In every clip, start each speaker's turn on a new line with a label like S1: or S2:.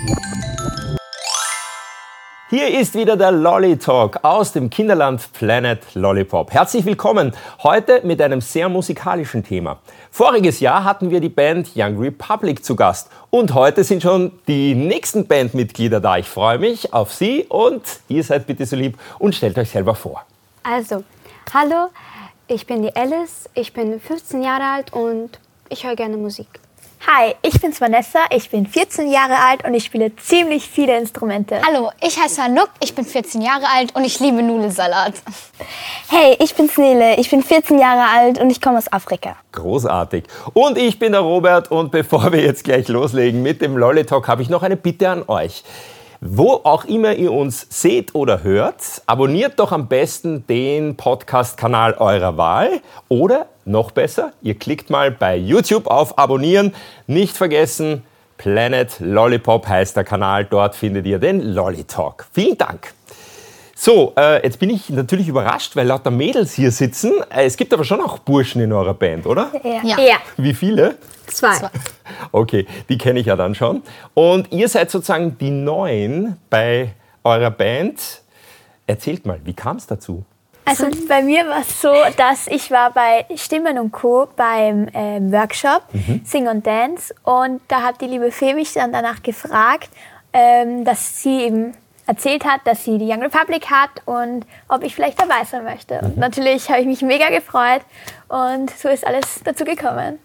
S1: Hier ist wieder der Lolli Talk aus dem Kinderland Planet Lollipop. Herzlich willkommen, heute mit einem sehr musikalischen Thema. Voriges Jahr hatten wir die Band Young Republic zu Gast und heute sind schon die nächsten Bandmitglieder da. Ich freue mich auf Sie und ihr seid bitte so lieb und stellt euch selber vor.
S2: Also, hallo, ich bin die Alice, ich bin 15 Jahre alt und ich höre gerne Musik.
S3: Hi, ich bin's Vanessa, ich bin 14 Jahre alt und ich spiele ziemlich viele Instrumente.
S4: Hallo, ich heiße Anouk, ich bin 14 Jahre alt und ich liebe Nudelsalat.
S5: Hey, ich bin's Nele, ich bin 14 Jahre alt und ich komme aus Afrika.
S1: Großartig. Und ich bin der Robert und bevor wir jetzt gleich loslegen mit dem Lolli Talk, habe ich noch eine Bitte an euch. Wo auch immer ihr uns seht oder hört, abonniert doch am besten den Podcast-Kanal eurer Wahl oder noch besser, ihr klickt mal bei YouTube auf Abonnieren. Nicht vergessen, Planet Lollipop heißt der Kanal, dort findet ihr den Lolli Talk. Vielen Dank. So, jetzt bin ich natürlich überrascht, weil lauter Mädels hier sitzen. Es gibt aber schon auch Burschen in eurer Band, oder?
S3: Ja.
S1: Wie viele?
S2: Zwei.
S1: Okay, die kenne ich ja dann schon. Und ihr seid sozusagen die Neuen bei eurer Band. Erzählt mal, wie kam es dazu?
S3: Also bei mir war es so, dass ich war bei Stimmen und Co. beim Workshop Sing und Dance und da hat die liebe Fee mich dann danach gefragt, dass sie eben erzählt hat, dass sie die Young Republic hat und ob ich vielleicht dabei sein möchte. Und natürlich habe ich mich mega gefreut und so ist alles dazu gekommen.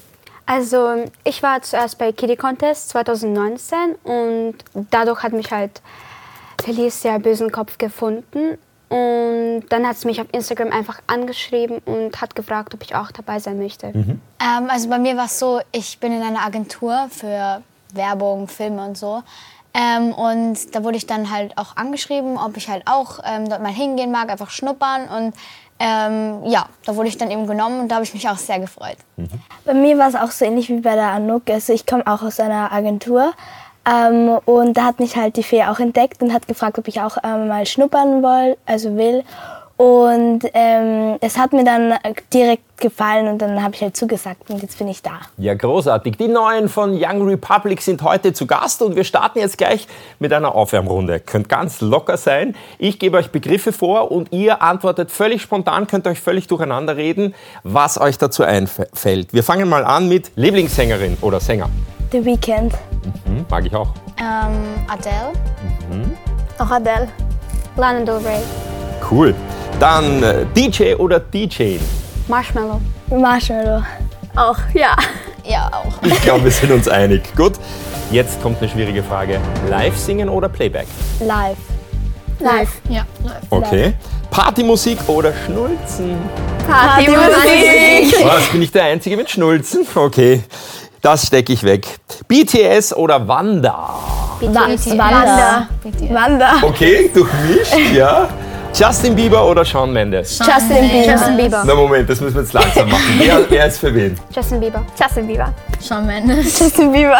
S2: Also, ich war zuerst bei Kiddie Contest 2019 und dadurch hat mich halt Felicia Bösenkopf gefunden. Und dann hat sie mich auf Instagram einfach angeschrieben und hat gefragt, ob ich auch dabei sein möchte.
S4: Also bei mir war es so, ich bin in einer Agentur für Werbung, Filme und so. Und da wurde ich dann halt auch angeschrieben, ob ich halt auch dort mal hingehen mag, einfach schnuppern. Und ja, da wurde ich dann eben genommen und da habe ich mich auch sehr gefreut.
S5: Bei mir war es auch so ähnlich wie bei der Anouk. Also ich komme auch aus einer Agentur und da hat mich halt die Fee auch entdeckt und hat gefragt, ob ich auch mal schnuppern will. Und es hat mir dann direkt gefallen und dann habe ich halt zugesagt und jetzt bin ich da.
S1: Ja, großartig. Die Neuen von Young Republic sind heute zu Gast und wir starten jetzt gleich mit einer Aufwärmrunde. Könnt ganz locker sein. Ich gebe euch Begriffe vor und ihr antwortet völlig spontan, könnt euch völlig durcheinander reden, was euch dazu einfällt. Wir fangen mal an mit Lieblingssängerin oder Sänger.
S5: The Weeknd.
S1: Mag ich auch.
S4: Adele.
S3: Auch Adele.
S2: Lana Del Rey.
S1: Cool. Dann DJ oder DJ?
S2: Marshmallow.
S5: Marshmallow.
S3: Auch, ja.
S4: Ja, auch.
S1: Ich glaube, wir sind uns einig. Gut, jetzt kommt eine schwierige Frage. Live singen oder Playback?
S5: Live.
S3: Live.
S4: Ja, live.
S1: Okay. Partymusik oder Schnulzen?
S3: Partymusik.
S1: Was, bin ich der Einzige mit Schnulzen? Okay, das stecke ich weg. BTS oder Wanda?
S5: Wanda.
S1: Okay, durchmischt, ja. Justin Bieber oder Shawn Mendes?
S2: Justin Bieber.
S1: Na Moment, das müssen wir jetzt langsam machen. Wer ist für wen?
S2: Justin Bieber.
S3: Justin Bieber.
S4: Shawn Mendes.
S5: Justin Bieber.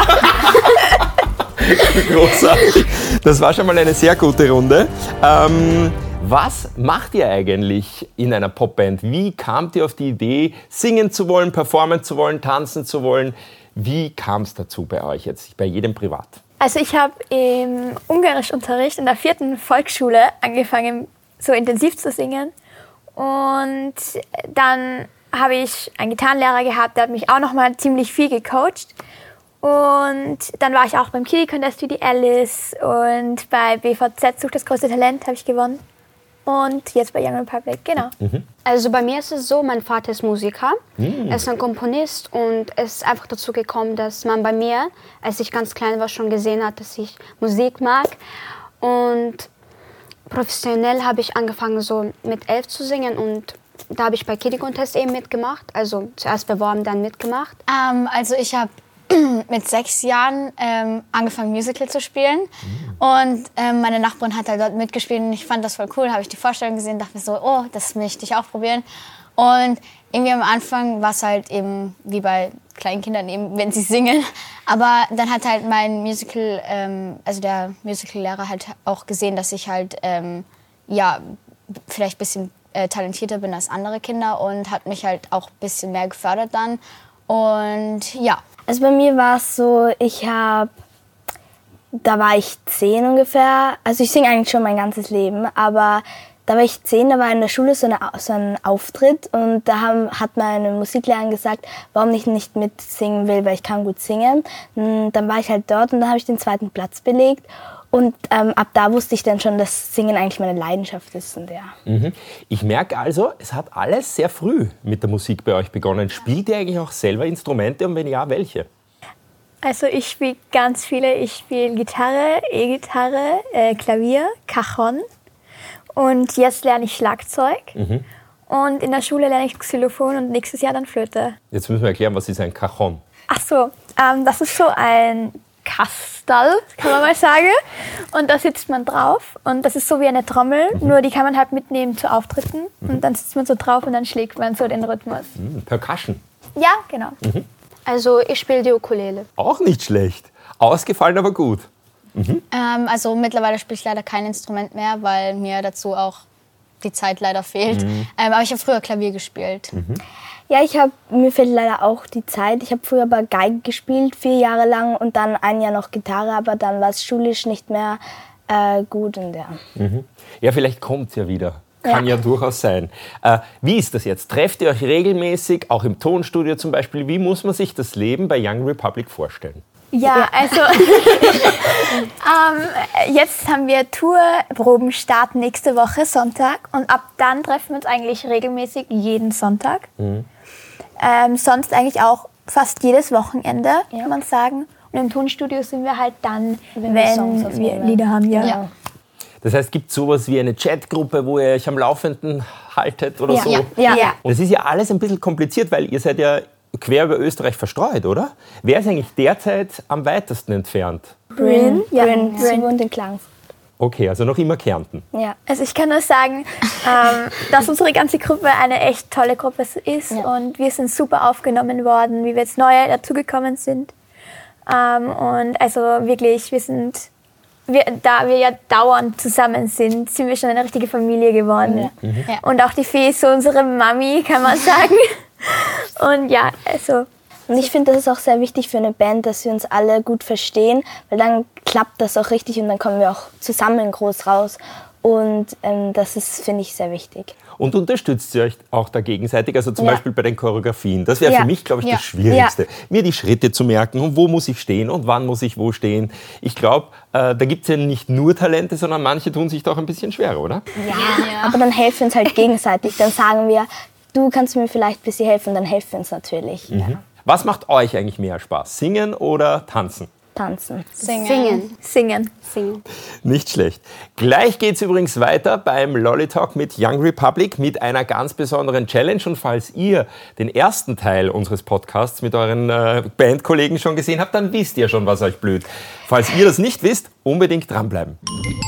S1: Großartig. Das war schon mal eine sehr gute Runde. Was macht ihr eigentlich in einer Popband? Wie kamt ihr auf die Idee, singen zu wollen, performen zu wollen, tanzen zu wollen? Wie kam es dazu bei euch jetzt, bei jedem privat?
S3: Also ich habe im Ungarischunterricht in der 4. Volksschule angefangen, so intensiv zu singen. Und dann habe ich einen Gitarrenlehrer gehabt, der hat mich auch noch mal ziemlich viel gecoacht. Und dann war ich auch beim Kiddie Contest wie die Alice und bei BVZ Sucht das große Talent habe ich gewonnen. Und jetzt bei Young Republic, genau.
S2: Also bei mir ist es so, mein Vater ist Musiker, er ist ein Komponist und es ist einfach dazu gekommen, dass man bei mir, als ich ganz klein war, schon gesehen hat, dass ich Musik mag. Und professionell habe ich angefangen so mit 11 zu singen und da habe ich bei Kiddie Contest eben mitgemacht, also zuerst beworben, dann mitgemacht.
S4: Also ich habe mit 6 Jahren angefangen, Musical zu spielen. Und meine Nachbarin hat halt dort mitgespielt und ich fand das voll cool. Habe ich die Vorstellung gesehen, dachte mir so, oh, das möchte ich auch probieren. Und irgendwie am Anfang war es halt eben wie bei kleinen Kindern eben, wenn sie singen. Aber dann hat halt mein Musical, also der Musical-Lehrer halt auch gesehen, dass ich halt ja vielleicht ein bisschen talentierter bin als andere Kinder und hat mich halt auch ein bisschen mehr gefördert dann. Und ja.
S5: Also bei mir war es so, ich habe da war ich 10 ungefähr. Also ich singe eigentlich schon mein ganzes Leben, aber da war ich 10, da war in der Schule so ein Auftritt und da hat meine Musiklehrerin gesagt, warum ich nicht mitsingen will, weil ich kann gut singen. Und dann war ich halt dort und dann habe ich den 2. Platz belegt. Und ab da wusste ich dann schon, dass Singen eigentlich meine Leidenschaft ist. Und ja.
S1: Ich merke also, es hat alles sehr früh mit der Musik bei euch begonnen. Spielt ihr eigentlich auch selber Instrumente und wenn ja, welche?
S3: Also ich spiele ganz viele. Ich spiele Gitarre, E-Gitarre, Klavier, Cajon und jetzt lerne ich Schlagzeug. Und in der Schule lerne ich Xylophon und nächstes Jahr dann Flöte.
S1: Jetzt müssen wir erklären, was ist ein Cajon?
S3: Ach so, das ist so ein Kastal, kann man mal sagen. Und da sitzt man drauf und das ist so wie eine Trommel, nur die kann man halt mitnehmen zu Auftritten und dann sitzt man so drauf und dann schlägt man so den Rhythmus.
S1: Percussion.
S3: Ja, genau.
S2: Also ich spiele die Ukulele.
S1: Auch nicht schlecht. Ausgefallen, aber gut.
S4: Also mittlerweile spiele ich leider kein Instrument mehr, weil mir dazu auch die Zeit leider fehlt. Aber ich habe früher Klavier gespielt.
S5: Ja, mir fehlt leider auch die Zeit. Ich habe früher aber Geige gespielt, 4 Jahre lang und dann ein Jahr noch Gitarre, aber dann war es schulisch nicht mehr gut. Und ja.
S1: Ja, vielleicht kommt es ja wieder. Kann ja durchaus sein. Wie ist das jetzt? Trefft ihr euch regelmäßig, auch im Tonstudio zum Beispiel? Wie muss man sich das Leben bei Young Republic vorstellen?
S3: Ja, also jetzt haben wir Tourprobenstart nächste Woche, Sonntag. Und ab dann treffen wir uns eigentlich regelmäßig jeden Sonntag. Sonst eigentlich auch fast jedes Wochenende, kann man sagen. Und im Tonstudio sind wir halt dann, wenn wir Lieder haben. Ja.
S1: Das heißt, gibt es sowas wie eine Chatgruppe, wo ihr euch am Laufenden haltet oder so?
S3: Ja.
S1: Das ist ja alles ein bisschen kompliziert, weil ihr seid ja quer über Österreich verstreut, oder? Wer ist eigentlich derzeit am weitesten entfernt?
S5: Bryn. Sie wohnt in Klagenfurt.
S1: Okay, also noch immer Kärnten.
S5: Ja.
S3: Also ich kann nur sagen, dass unsere ganze Gruppe eine echt tolle Gruppe ist und wir sind super aufgenommen worden, wie wir jetzt neu dazugekommen sind. Und also wirklich, da wir ja dauernd zusammen sind wir schon eine richtige Familie geworden. Ja. Und auch die Fee ist so unsere Mami, kann man sagen. Und ja, also.
S5: Und ich finde, das ist auch sehr wichtig für eine Band, dass wir uns alle gut verstehen, weil dann klappt das auch richtig und dann kommen wir auch zusammen groß raus. Und das ist, finde ich, sehr wichtig.
S1: Und unterstützt ihr euch auch da gegenseitig, also zum Beispiel bei den Choreografien? Das wäre für mich, glaube ich, das Schwierigste. Mir die Schritte zu merken und wo muss ich stehen und wann muss ich wo stehen. Ich glaube, da gibt es ja nicht nur Talente, sondern manche tun sich da auch ein bisschen schwerer, oder?
S5: Ja, aber dann helfen wir uns halt gegenseitig. Dann sagen wir, du kannst mir vielleicht ein bisschen helfen, dann helfen wir uns natürlich. Ja.
S1: Was macht euch eigentlich mehr Spaß, singen oder tanzen?
S5: Tanzen.
S3: Singen.
S1: Nicht schlecht. Gleich geht es übrigens weiter beim Lolly Talk mit Young Republic mit einer ganz besonderen Challenge. Und falls ihr den ersten Teil unseres Podcasts mit euren Bandkollegen schon gesehen habt, dann wisst ihr schon, was euch blüht. Falls ihr das nicht wisst, unbedingt dranbleiben.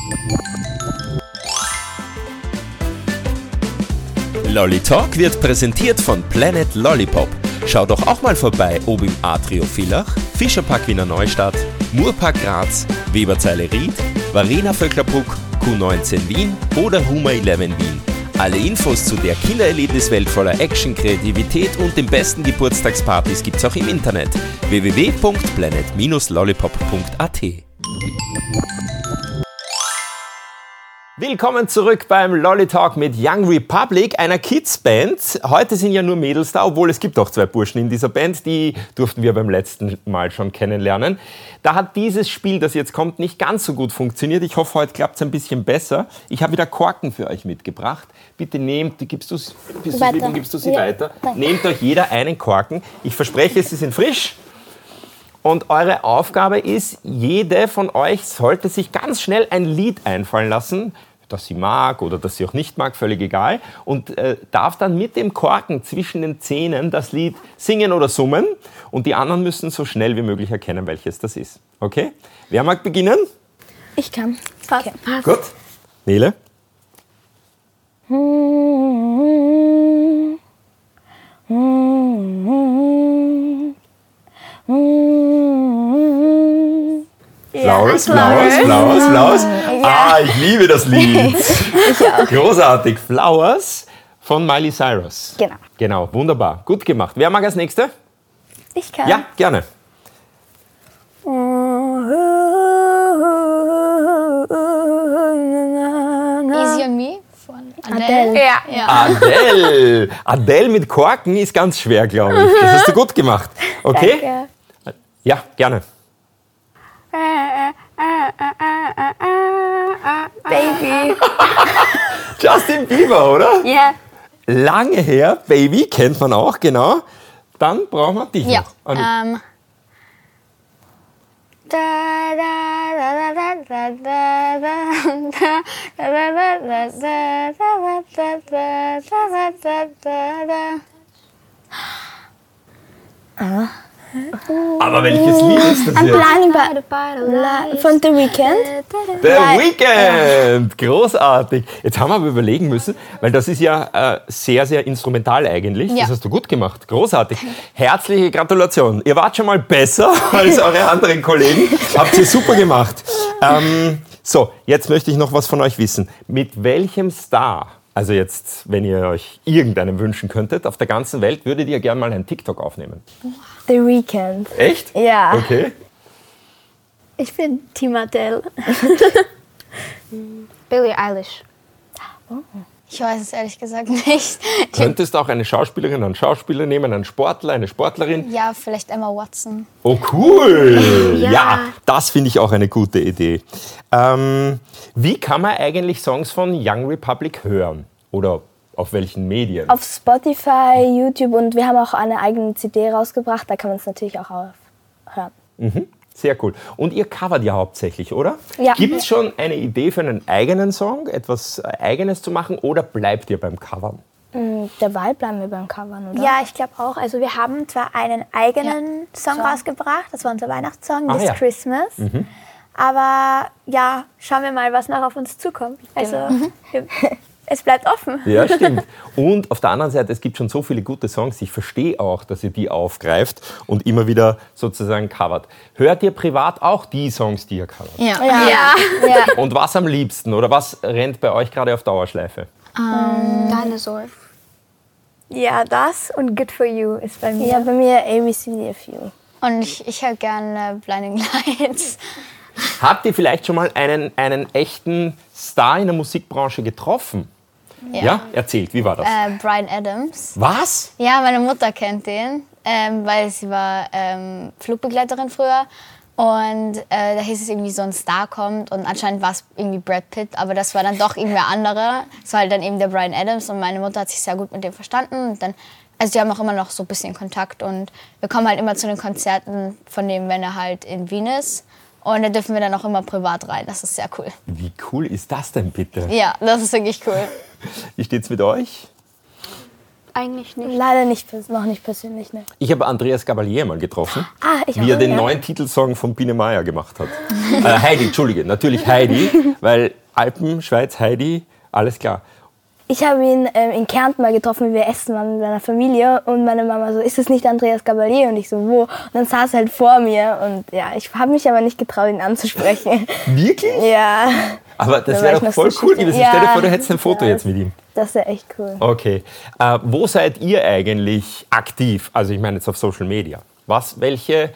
S1: Lolly Talk wird präsentiert von Planet Lollipop. Schau doch auch mal vorbei, ob im Atrio Villach, Fischerpark Wiener Neustadt, Murpark Graz, Weberzeile Ried, Varena Vöcklerbruck, Q19 Wien oder Huma 11 Wien. Alle Infos zu der Kindererlebniswelt voller Action, Kreativität und den besten Geburtstagspartys gibt's auch im Internet www.planet-lollipop.at. Willkommen zurück beim Lolly Talk mit Young Republic, einer Kids-Band. Heute sind ja nur Mädels da, obwohl es gibt auch 2 Burschen in dieser Band, die durften wir beim letzten Mal schon kennenlernen. Da hat dieses Spiel, das jetzt kommt, nicht ganz so gut funktioniert. Ich hoffe, heute klappt es ein bisschen besser. Ich habe wieder Korken für euch mitgebracht. Bitte gibst du sie weiter? Nehmt euch jeder einen Korken. Ich verspreche, sie sind frisch. Und eure Aufgabe ist, jede von euch sollte sich ganz schnell ein Lied einfallen lassen, das sie mag oder das sie auch nicht mag, völlig egal. Und darf dann mit dem Korken zwischen den Zähnen das Lied singen oder summen. Und die anderen müssen so schnell wie möglich erkennen, welches das ist. Okay? Wer mag beginnen?
S5: Ich kann.
S3: Passt.
S5: Okay.
S1: Gut. Nele? Flowers. Ah, ich liebe das Lied. Großartig. Flowers von Miley Cyrus. Genau, wunderbar. Gut gemacht. Wer mag als Nächste?
S3: Ich kann.
S1: Ja, gerne.
S3: Ja.
S1: Adele mit Korken ist ganz schwer, glaube ich. Das hast du gut gemacht. Okay?
S3: Danke.
S1: Ja, gerne.
S3: Baby.
S1: Justin Bieber, oder?
S2: Ja.
S1: Lange her, Baby, kennt man auch, genau. Dann brauchen wir dich
S4: Ja.
S1: noch. Anouk. Aber welches Lied ist das
S5: I'm
S1: jetzt?
S5: blinded by von The Weeknd.
S1: The Weeknd! Großartig. Jetzt haben wir aber überlegen müssen, weil das ist ja sehr, sehr instrumental eigentlich.
S4: Ja.
S1: Das hast du gut gemacht. Großartig. Herzliche Gratulation. Ihr wart schon mal besser als eure anderen Kollegen. Habt ihr super gemacht. So, jetzt möchte ich noch was von euch wissen. Mit welchem Star, also jetzt, wenn ihr euch irgendeinen wünschen könntet, auf der ganzen Welt, würdet ihr gerne mal einen TikTok aufnehmen?
S5: The Weeknd.
S1: Echt?
S5: Ja.
S1: Okay.
S3: Ich bin Team Adele.
S2: Billie Eilish.
S4: Ich weiß es ehrlich gesagt nicht.
S1: Könntest auch eine Schauspielerin, einen Schauspieler nehmen, einen Sportler, eine Sportlerin?
S4: Ja, vielleicht Emma Watson.
S1: Oh, cool! Ja, das finde ich auch eine gute Idee. Wie kann man eigentlich Songs von Young Republic hören? Oder auf welchen Medien?
S5: Auf Spotify, YouTube und wir haben auch eine eigene CD rausgebracht. Da kann man es natürlich auch hören.
S1: Sehr cool. Und ihr covert ja hauptsächlich, oder?
S5: Ja.
S1: Gibt es schon eine Idee für einen eigenen Song, etwas Eigenes zu machen, oder bleibt ihr beim Covern?
S5: Dabei bleiben wir beim Covern, oder?
S3: Ja, ich glaube auch. Also wir haben zwar einen eigenen Song rausgebracht, das war unser Weihnachtssong, This
S1: ja.
S3: Christmas. Aber ja, schauen wir mal, was noch auf uns zukommt. Also es bleibt offen.
S1: Ja, stimmt. Und auf der anderen Seite, es gibt schon so viele gute Songs. Ich verstehe auch, dass ihr die aufgreift und immer wieder sozusagen covert. Hört ihr privat auch die Songs, die ihr covert?
S4: Ja.
S1: Und was am liebsten? Oder was rennt bei euch gerade auf Dauerschleife?
S2: Dinosaur.
S3: Ja, das und Good For You ist bei mir.
S5: Ja, bei mir ABCDFU.
S4: Und ich höre gerne Blinding Lights.
S1: Habt ihr vielleicht schon mal einen echten Star in der Musikbranche getroffen? Ja? Erzählt, wie war das?
S4: Bryan Adams.
S1: Was?
S4: Ja, meine Mutter kennt den, weil sie war Flugbegleiterin früher. Und da hieß es irgendwie, so ein Star kommt und anscheinend war es irgendwie Brad Pitt, aber das war dann doch irgendwer anderer. Es war halt dann eben der Bryan Adams und meine Mutter hat sich sehr gut mit dem verstanden. Und dann, also die haben auch immer noch so ein bisschen Kontakt und wir kommen halt immer zu den Konzerten von dem, wenn er halt in Wien ist. Und da dürfen wir dann auch immer privat rein, das ist sehr cool.
S1: Wie cool ist das denn bitte?
S4: Ja, das ist wirklich cool.
S1: Wie steht's mit euch?
S2: Eigentlich nicht.
S5: Leider nicht, noch nicht persönlich, ne?
S1: Ich habe Andreas Gabalier mal getroffen,
S5: Ich
S1: wie er
S5: auch,
S1: den
S5: ja.
S1: neuen Titelsong von Biene Meier gemacht hat. Heidi, Entschuldige, natürlich Heidi, weil Alpen, Schweiz, Heidi, alles klar.
S5: Ich habe ihn in Kärnten mal getroffen, wie wir essen waren mit meiner Familie und meine Mama so, ist das nicht Andreas Gabalier? Und ich so, wo? Und dann saß er halt vor mir und ja, ich habe mich aber nicht getraut, ihn anzusprechen.
S1: Wirklich?
S5: Ja,
S1: Aber das
S5: Da war
S1: wäre
S5: ich
S1: doch
S5: noch
S1: voll
S5: so
S1: cool
S5: schüchtern.
S1: gewesen.
S5: Ja.
S1: Stell dir vor, du hättest ein Foto jetzt mit ihm.
S5: das wäre echt cool.
S1: Okay. Wo seid ihr eigentlich aktiv? Also ich meine jetzt auf Social Media. Welche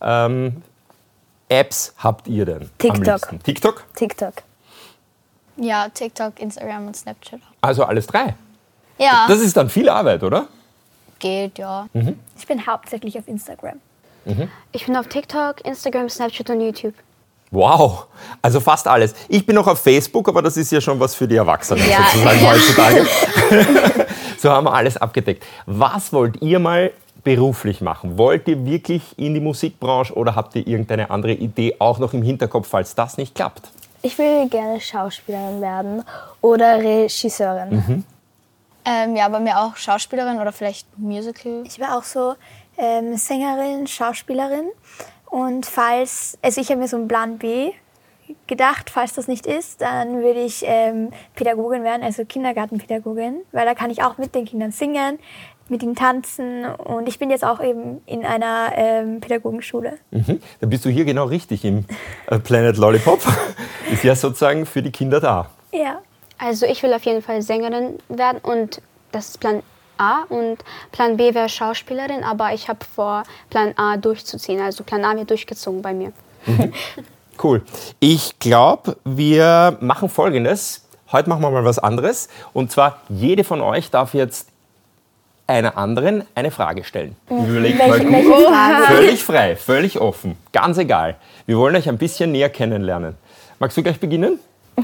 S1: Apps habt ihr denn?
S5: TikTok.
S1: Am liebsten? TikTok?
S5: TikTok.
S4: Ja, TikTok, Instagram und Snapchat.
S1: Also alles drei.
S4: Ja,
S1: Das ist dann viel Arbeit, oder?
S4: geht, ja.
S3: Ich bin hauptsächlich auf Instagram.
S2: Ich bin auf TikTok, Instagram, Snapchat und YouTube.
S1: Wow, also fast alles. Ich bin noch auf Facebook, aber das ist ja schon was für die Erwachsenen sozusagen heutzutage. So haben wir alles abgedeckt. Was wollt ihr mal beruflich machen? Wollt ihr wirklich in die Musikbranche oder habt ihr irgendeine andere Idee auch noch im Hinterkopf, falls das nicht klappt?
S5: Ich will gerne Schauspielerin werden oder Regisseurin.
S4: Ja, bei mir auch Schauspielerin oder vielleicht Musical.
S3: Ich war auch so Sängerin, Schauspielerin. Und also ich habe mir so einen Plan B gedacht, falls das nicht ist, dann würde ich Pädagogin werden, also Kindergartenpädagogin, weil da kann ich auch mit den Kindern singen, mit ihnen tanzen und ich bin jetzt auch eben in einer Pädagogenschule.
S1: Dann bist du hier genau richtig im Planet Lollipop. Ist ja sozusagen für die Kinder da.
S3: Ja.
S2: Also ich will auf jeden Fall Sängerin werden und das ist Plan A und Plan B wäre Schauspielerin, aber ich habe vor, Plan A durchzuziehen. Also Plan A wird durchgezogen bei mir.
S1: Cool. Ich glaube, wir machen Folgendes. Heute machen wir mal was anderes. Und zwar, jede von euch darf jetzt einer anderen eine Frage stellen. Überlegt mal gut.
S5: Welche Frage?
S1: Völlig frei, völlig offen, ganz egal. Wir wollen euch ein bisschen näher kennenlernen. Magst du gleich beginnen?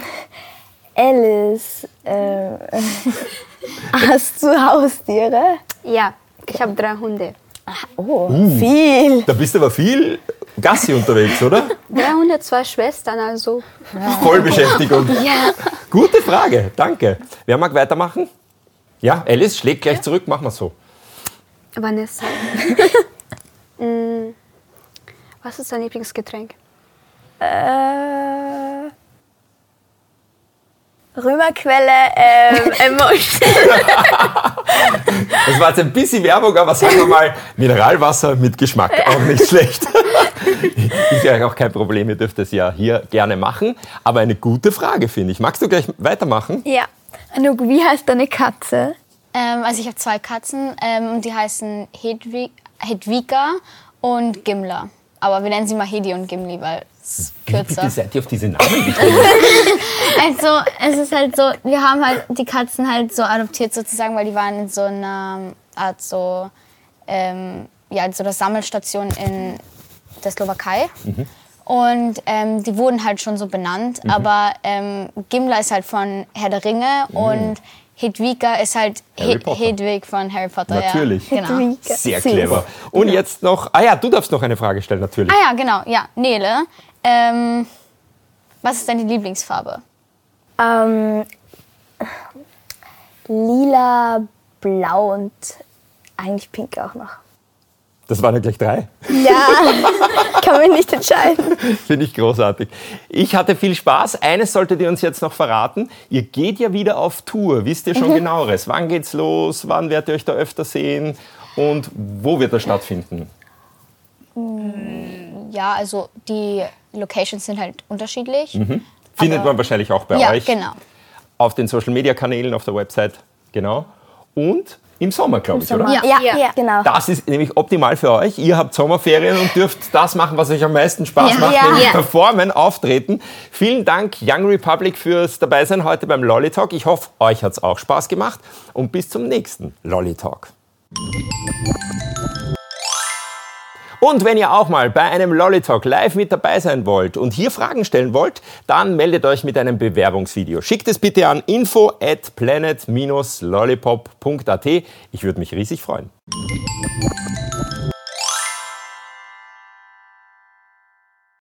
S5: Alice, hast du Haustiere?
S2: Ja, ich habe 3 Hunde.
S5: Oh, viel.
S1: Da bist du aber viel Gassi unterwegs, oder?
S2: 3 Hunde, 2 Schwestern, also
S1: Vollbeschäftigung. Gute Frage, danke. Wer mag weitermachen? Ja, Alice schlägt gleich zurück, machen wir so.
S2: Vanessa. Was ist dein Lieblingsgetränk?
S3: Römerquelle, Emotion.
S1: Das war jetzt ein bisschen Werbung, aber sagen wir mal, Mineralwasser mit Geschmack, auch nicht schlecht. Ist ja auch kein Problem, ihr dürft es ja hier gerne machen. Aber eine gute Frage, finde ich. Magst du gleich weitermachen?
S3: Ja. Anouk, wie heißt deine Katze?
S4: Also ich habe 2 Katzen und die heißen Hedwika und Gimla. Aber wir nennen sie mal Hedi und Gimli, weil es kürzer.
S1: Bitte seid ihr auf diese Namen gekommen?
S4: Also es ist halt so, wir haben halt die Katzen halt so adoptiert sozusagen, weil die waren in so einer Art so, so einer Sammelstation in der Slowakei. Und die wurden halt schon so benannt, aber Gimla ist halt von Herr der Ringe und Hedwika ist halt
S1: Harry Potter.
S4: Hedwig von Harry Potter.
S1: Natürlich.
S4: Ja, genau.
S1: Sehr clever. Und jetzt noch, du darfst noch eine Frage stellen, natürlich.
S4: Ah ja, genau, ja, Nele. Was ist deine Lieblingsfarbe?
S5: Lila, blau und eigentlich pink auch noch.
S1: Das waren ja gleich 3.
S5: Ja, kann man nicht entscheiden.
S1: Finde ich großartig. Ich hatte viel Spaß. Eines solltet ihr uns jetzt noch verraten. Ihr geht ja wieder auf Tour. Wisst ihr schon Genaueres? Wann geht's los? Wann werdet ihr euch da öfter sehen? Und wo wird das stattfinden?
S4: Ja, also die Locations sind halt unterschiedlich.
S1: Findet man wahrscheinlich auch bei
S4: Ja,
S1: euch.
S4: genau.
S1: Auf den Social-Media-Kanälen, auf der Website. Genau. Und im Sommer, glaube ich, oder?
S5: Ja, genau.
S1: Das ist nämlich optimal für euch. Ihr habt Sommerferien und dürft das machen, was euch am meisten Spaß macht,
S4: Ja.
S1: nämlich
S4: Ja.
S1: performen, auftreten. Vielen Dank, Young Republic, fürs Dabeisein heute beim Lolly Talk. Ich hoffe, euch hat es auch Spaß gemacht. Und bis zum nächsten Lolly Talk. Und wenn ihr auch mal bei einem Lolly Talk live mit dabei sein wollt und hier Fragen stellen wollt, dann meldet euch mit einem Bewerbungsvideo. Schickt es bitte an info@planet-lollipop.at. Ich würde mich riesig freuen.